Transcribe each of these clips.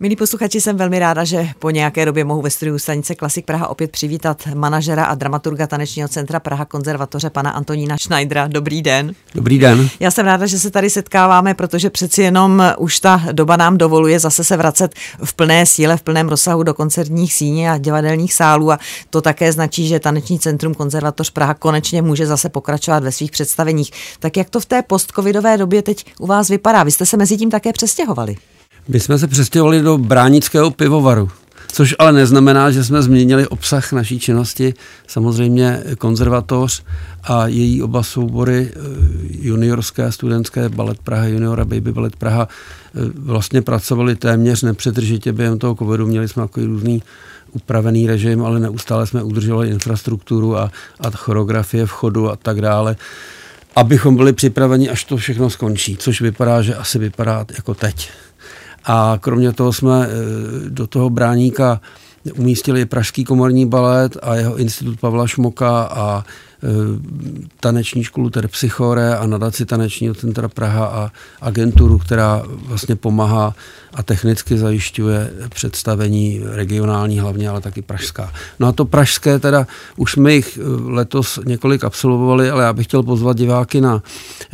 Milí posluchači, jsem velmi ráda, že po nějaké době mohu ve studiu stanice Klasik Praha opět přivítat manažera a dramaturga Tanečního centra Praha konzervatoře pana Antonína Schneidera. Dobrý den. Dobrý den. Já jsem ráda, že se tady setkáváme, protože přeci jenom už ta doba nám dovoluje zase se vracet v plné síle, v plném rozsahu do koncertních síní a divadelních sálů a to také značí, že Taneční centrum konzervatoř Praha konečně může zase pokračovat ve svých představeních. Tak jak to v té postcovidové době teď u vás vypadá? Vy jste se mezi tím také přestěhovali. My jsme se přestěhovali do Bránického pivovaru, což ale neznamená, že jsme změnili obsah naší činnosti. Samozřejmě konzervatoř a její oba soubory, juniorské a studentské, Balet Praha junior a Baby Balet Praha, vlastně pracovali téměř nepřetržitě během toho covidu. Měli jsme takový různý upravený režim, ale neustále jsme udržovali infrastrukturu a choreografie v chodu a tak dále, abychom byli připraveni, až to všechno skončí, což vypadá, že asi vypadá jako teď. A kromě toho jsme do toho Bráníka umístili Pražský komorní balet a jeho institut Pavla Šmoka a taneční školu Terpsichore a nadaci Tanečního centra Praha a agenturu, která vlastně pomáhá a technicky zajišťuje představení regionální hlavně, ale taky pražská. No a to pražské teda, už jsme jich letos několik absolvovali, ale já bych chtěl pozvat diváky na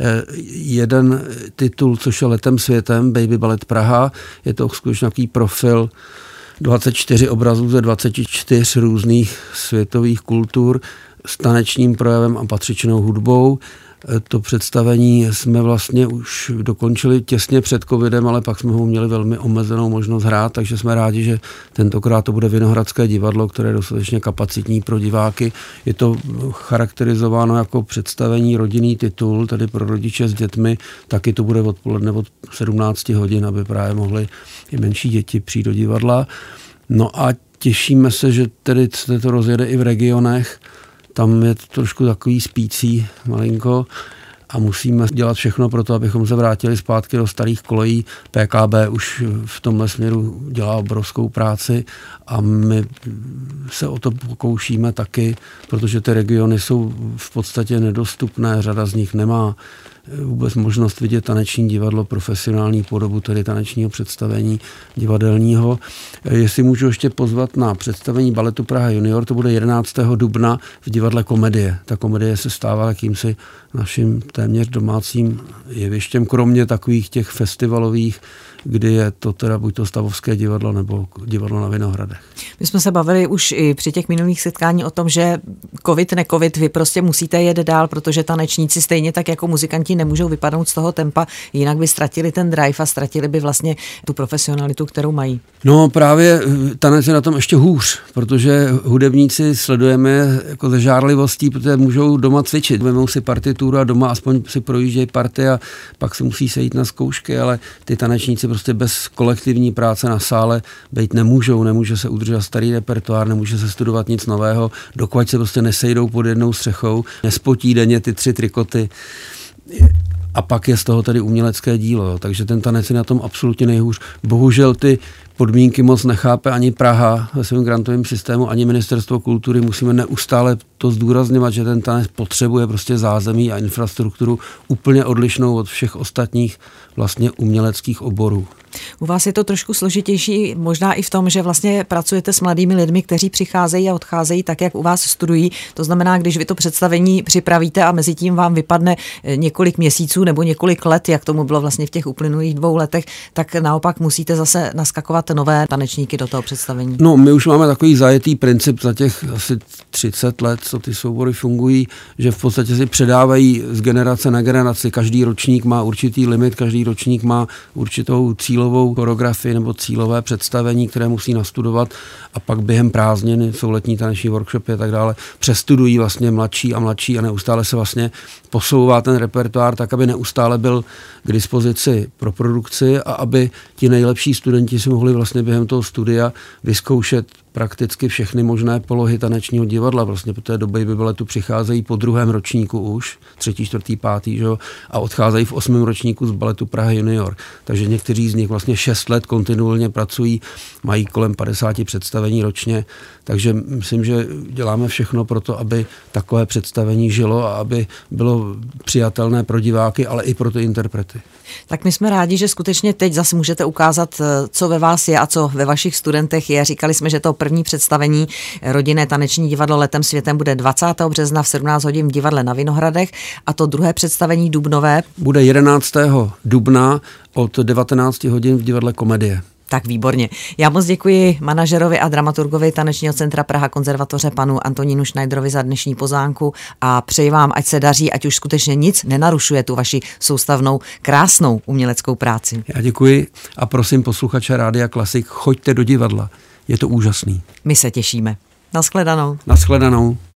jeden titul, což je Letem světem, Baby Balet Praha. Je to skutečně takový profil 24 obrazů ze 24 různých světových kultur s tanečním projevem a patřičnou hudbou. To představení jsme vlastně už dokončili těsně před covidem, ale pak jsme ho měli velmi omezenou možnost hrát, takže jsme rádi, že tentokrát to bude Vinohradské divadlo, které je dostatečně kapacitní pro diváky. Je to charakterizováno jako představení rodinný titul, tedy pro rodiče s dětmi, taky to bude odpoledne od 17 hodin, aby právě mohli i menší děti přijít do divadla. No a těšíme se, že tedy se to rozjede i v regionech. Tam je to trošku takový spící malinko a musíme dělat všechno pro to, abychom se vrátili zpátky do starých kolejí. PKB už v tomhle směru dělá obrovskou práci a my se o to pokoušíme taky, protože ty regiony jsou v podstatě nedostupné, řada z nich nemá vůbec možnost vidět taneční divadlo, profesionální podobu, tedy tanečního představení divadelního. Jestli můžu ještě pozvat na představení Baletu Praha junior, to bude 11. dubna v divadle Komedie. Ta komedie se stává jakýmsi naším téměř domácím jevištěm, kromě takových těch festivalových, kdy je to teda buď to Stavovské divadlo nebo divadlo na Vinohradech. My jsme se bavili už i při těch minulých setkání o tom, že covid, necovid, vy prostě musíte jet dál, protože tanečníci stejně tak jako muzikanti nemůžou vypadnout z toho tempa, jinak by ztratili ten drive a ztratili by vlastně tu profesionalitu, kterou mají. No právě tanec je na tom ještě hůř, protože hudebníci sledujeme jako ze žárlivostí, protože můžou doma cvičit, vemou si partituru a doma aspoň si projíždějí party a pak se musí sejít na zkoušky, ale ty tanečníci prostě bez kolektivní práce na sále být nemůžou, nemůže se udržet starý repertoár, nemůže se studovat nic nového, dokud se prostě nesejdou pod jednou střechou, nespotí denně ty 3 trikoty a pak je z toho tedy umělecké dílo, takže ten tanec je na tom absolutně nejhůř. Bohužel ty podmínky moc nechápe ani Praha ve svém grantovém systému, ani Ministerstvo kultury. Musíme neustále to zdůrazňovat, že ten tanec potřebuje prostě zázemí a infrastrukturu úplně odlišnou od všech ostatních vlastně uměleckých oborů. U vás je to trošku složitější, možná i v tom, že vlastně pracujete s mladými lidmi, kteří přicházejí a odcházejí tak, jak u vás studují. To znamená, když vy to představení připravíte a mezi tím vám vypadne několik měsíců nebo několik let, jak tomu bylo vlastně v těch uplynulých 2 letech, tak naopak musíte zase naskakovat nové tanečníky do toho představení. No, my už máme takový zajetý princip za těch asi 30 let, co ty soubory fungují, že v podstatě si předávají z generace na generaci. Každý ročník má určitý limit, každý ročník má určitou cílovou choreografii nebo cílové představení, které musí nastudovat a pak během prázdnin jsou letní taneční workshopy a tak dále. Přestudují vlastně mladší a mladší a neustále se vlastně posouvá ten repertoár tak, aby neustále byl k dispozici pro produkci a aby ti nejlepší studenti si mohli vlastně během toho studia vyzkoušet prakticky všechny možné polohy tanečního divadla. Vlastně po té době baletu přicházejí po 2. ročníku už, 3., 4., 5., že jo, a odcházejí v 8. ročníku z baletu Praha junior. Takže někteří z nich vlastně 6 let kontinuálně pracují, mají kolem 50 představení ročně, takže myslím, že děláme všechno pro to, aby takové představení žilo a aby bylo přijatelné pro diváky, ale i pro ty interprety. Tak my jsme rádi, že skutečně teď zase můžete ukázat, co ve vás je a co ve vašich studentech je. Říkali jsme, že to první představení Rodinné taneční divadlo Letem světem bude 20. března v 17 hodin v divadle na Vinohradech a to druhé představení dubnové bude 11. dubna od 19 hodin v divadle Komedie. Tak výborně. Já moc děkuji manažerovi a dramaturgovi Tanečního centra Praha konzervatoře panu Antonínu Schneiderovi za dnešní pozvánku a přeji vám, ať se daří, ať už skutečně nic nenarušuje tu vaši soustavnou, krásnou uměleckou práci. Já děkuji a prosím posluchače Rádia Klasik, choďte do divadla. Je to úžasný. My se těšíme. Nashledanou. Nashledanou.